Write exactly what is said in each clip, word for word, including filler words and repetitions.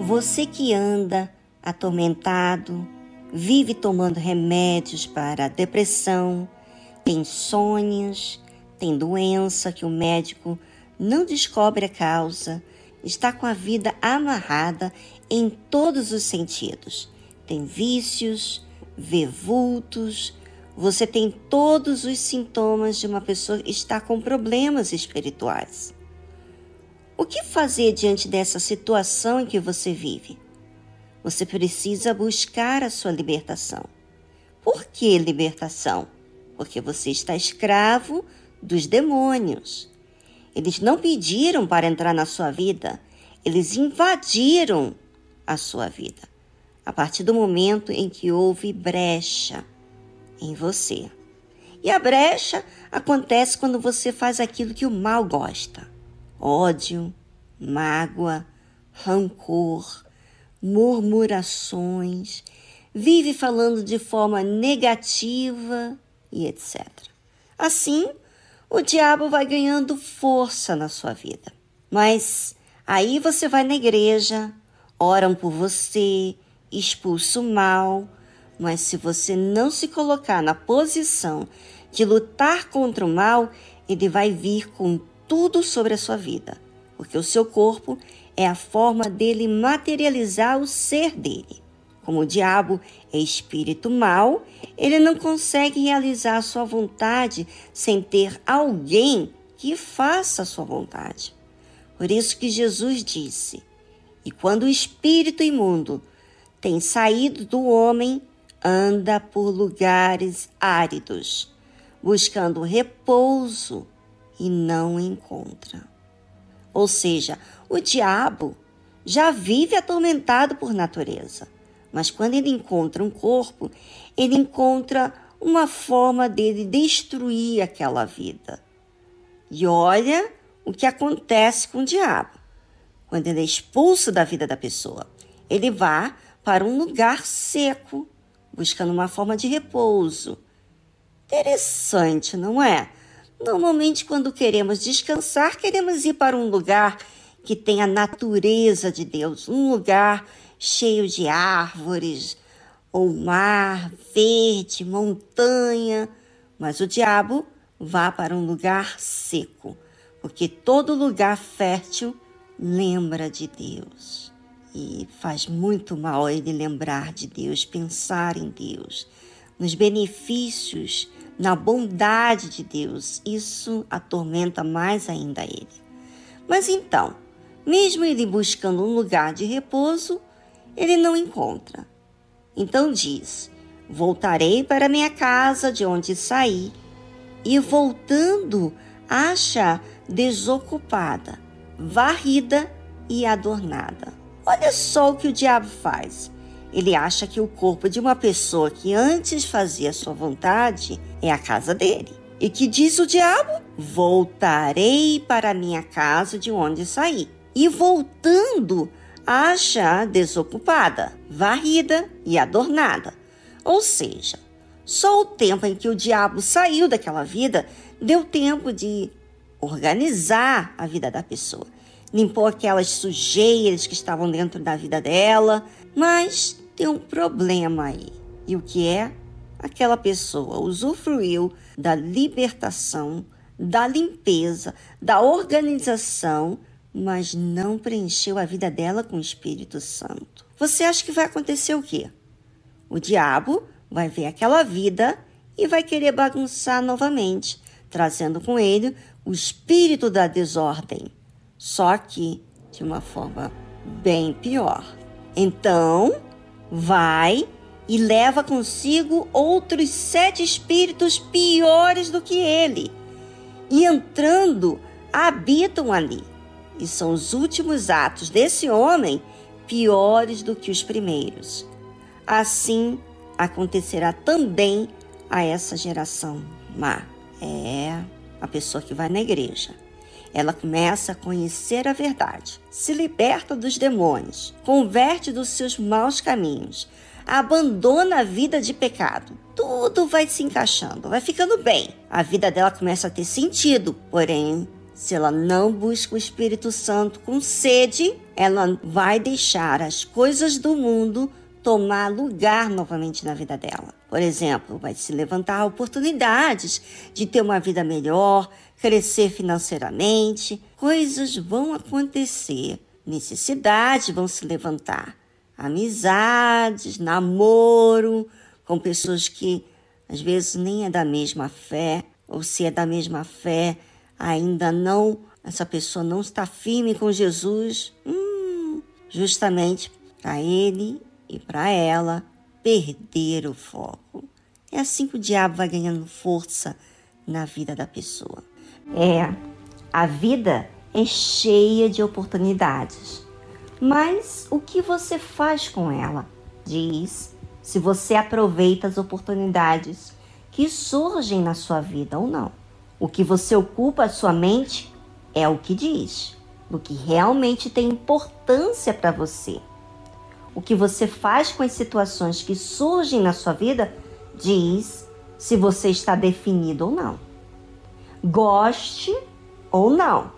Você que anda atormentado, vive tomando remédios para depressão, tem insônias, tem doença que o médico não descobre a causa, está com a vida amarrada em todos os sentidos. Tem vícios, vê vultos, você tem todos os sintomas de uma pessoa que está com problemas espirituais. O que fazer diante dessa situação em que você vive? Você precisa buscar a sua libertação. Por que libertação? Porque você está escravo dos demônios. Eles não pediram para entrar na sua vida, eles invadiram a sua vida. A partir do momento em que houve brecha em você. E a brecha acontece quando você faz aquilo que o mal gosta. Ódio, mágoa, rancor, murmurações, vive falando de forma negativa e etcétera. Assim, o diabo vai ganhando força na sua vida. Mas aí você vai na igreja, oram por você, expulsa o mal, mas se você não se colocar na posição de lutar contra o mal, ele vai vir com tudo sobre a sua vida. Porque o seu corpo é a forma dele materializar o ser dele. Como o diabo é espírito mau, ele não consegue realizar a sua vontade sem ter alguém que faça a sua vontade. Por isso que Jesus disse, e quando o espírito imundo tem saído do homem, anda por lugares áridos, buscando repouso e não encontra. Ou seja, o diabo já vive atormentado por natureza, mas quando ele encontra um corpo, ele encontra uma forma dele destruir aquela vida. E olha o que acontece com o diabo. Quando ele é expulso da vida da pessoa, ele vai para um lugar seco, buscando uma forma de repouso. Interessante, não é? Normalmente, quando queremos descansar, queremos ir para um lugar que tem a natureza de Deus, um lugar cheio de árvores, ou mar, verde, montanha. Mas o diabo vai para um lugar seco, porque todo lugar fértil lembra de Deus. E faz muito mal ele lembrar de Deus, pensar em Deus, nos benefícios, na bondade de Deus. Isso atormenta mais ainda ele. Mas então, mesmo ele buscando um lugar de repouso, ele não encontra. Então diz, voltarei para minha casa de onde saí, e voltando, acha desocupada, varrida e adornada. Olha só o que o diabo faz. Ele acha que o corpo de uma pessoa que antes fazia sua vontade é a casa dele. E que diz o diabo? Voltarei para a minha casa de onde saí. E voltando, acha desocupada, varrida e adornada. Ou seja, só o tempo em que o diabo saiu daquela vida deu tempo de organizar a vida da pessoa. Limpou aquelas sujeiras que estavam dentro da vida dela, mas tem um problema aí. E o que é? Aquela pessoa usufruiu da libertação, da limpeza, da organização, mas não preencheu a vida dela com o Espírito Santo. Você acha que vai acontecer o quê? O diabo vai ver aquela vida e vai querer bagunçar novamente, trazendo com ele o espírito da desordem, só que de uma forma bem pior. Então, vai e leva consigo outros sete espíritos piores do que ele, e entrando, habitam ali. E são os últimos atos desse homem piores do que os primeiros. Assim acontecerá também a essa geração má. É a pessoa que vai na igreja. Ela começa a conhecer a verdade, se liberta dos demônios, converte dos seus maus caminhos, abandona a vida de pecado. Tudo vai se encaixando, vai ficando bem. A vida dela começa a ter sentido, porém Se ela não busca o Espírito Santo com sede, ela vai deixar as coisas do mundo tomar lugar novamente na vida dela. Por exemplo, vai se levantar oportunidades de ter uma vida melhor, crescer financeiramente. Coisas vão acontecer, necessidades vão se levantar. Amizades, namoro, com pessoas que às vezes nem é da mesma fé, ou se é da mesma fé, ainda não, essa pessoa não está firme com Jesus, hum, justamente para ele e para ela perder o foco. É assim que o diabo vai ganhando força na vida da pessoa. É, a vida é cheia de oportunidades, mas o que você faz com ela diz se você aproveita as oportunidades que surgem na sua vida ou não. O que você ocupa a sua mente é o que diz, o que realmente tem importância para você. O que você faz com as situações que surgem na sua vida diz se você está definido ou não. Goste ou não.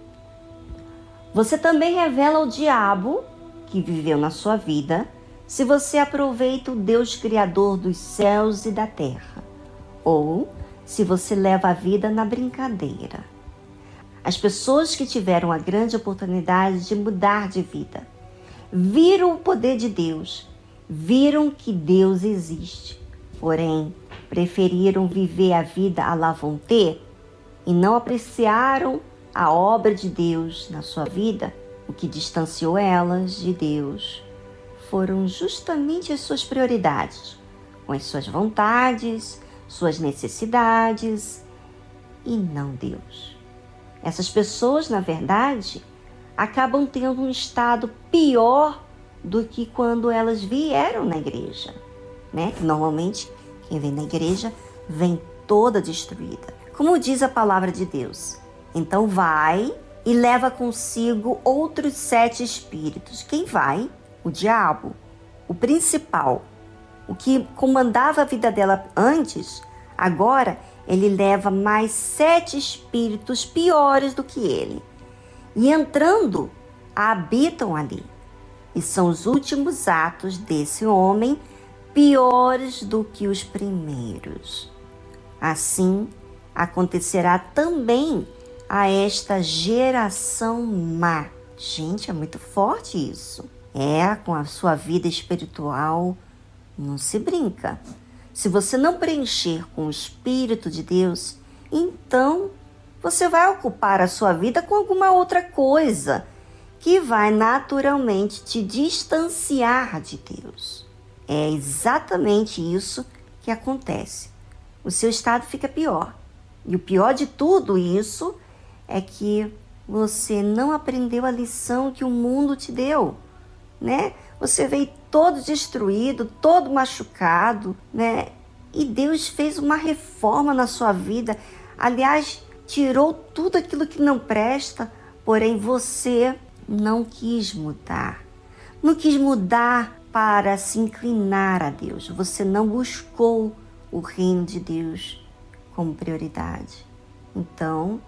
Você também revela ao diabo que viveu na sua vida se você aproveita o Deus Criador dos céus e da terra, ou se você leva a vida na brincadeira. As pessoas que tiveram a grande oportunidade de mudar de vida, viram o poder de Deus, viram que Deus existe, porém preferiram viver a vida à la vontade e não apreciaram a obra de Deus na sua vida. O que distanciou elas de Deus foram justamente as suas prioridades, com as suas vontades, suas necessidades e não Deus. Essas pessoas, na verdade, acabam tendo um estado pior do que quando elas vieram na igreja, né? Normalmente, quem vem na igreja vem toda destruída. Como diz a palavra de Deus, então vai e leva consigo outros sete espíritos. Quem vai? O diabo, o principal. O que comandava a vida dela antes, agora ele leva mais sete espíritos piores do que ele. E entrando, habitam ali. E são os últimos atos desse homem piores do que os primeiros. Assim, acontecerá também a esta geração má. Gente, é muito forte isso. É, com a sua vida espiritual, não se brinca. Se você não preencher com o Espírito de Deus, então você vai ocupar a sua vida com alguma outra coisa que vai naturalmente te distanciar de Deus. É exatamente isso que acontece. O seu estado fica pior. E o pior de tudo isso é que você não aprendeu a lição que o mundo te deu, né? Você veio todo destruído, todo machucado, né? E Deus fez uma reforma na sua vida. Aliás, tirou tudo aquilo que não presta, porém você não quis mudar. Não quis mudar para se inclinar a Deus. Você não buscou o reino de Deus como prioridade. Então,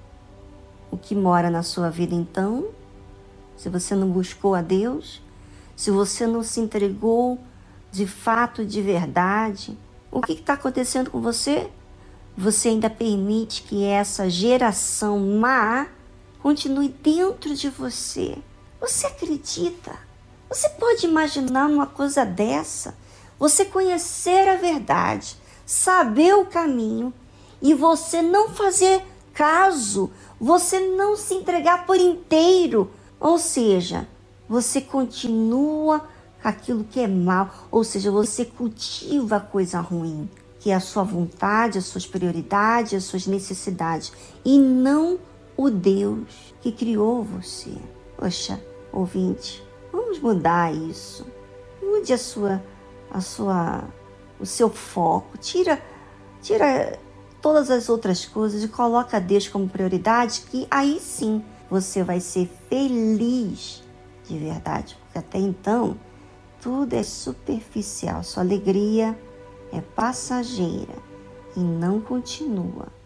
o que mora na sua vida então? Se você não buscou a Deus, se você não se entregou de fato, de verdade, o que está acontecendo com você? Você ainda permite que essa geração má continue dentro de você. Você acredita? Você pode imaginar uma coisa dessa? Você conhecer a verdade, saber o caminho e você não fazer caso, você não se entregar por inteiro. Ou seja, você continua com aquilo que é mal, ou seja, você cultiva a coisa ruim, que é a sua vontade, as suas prioridades, as suas necessidades, e não o Deus que criou você. Poxa, ouvinte, vamos mudar isso. Mude a sua, a sua, o seu foco, tira, tira todas as outras coisas e coloca Deus como prioridade, que aí sim você vai ser feliz de verdade, porque até então tudo é superficial, sua alegria é passageira e não continua.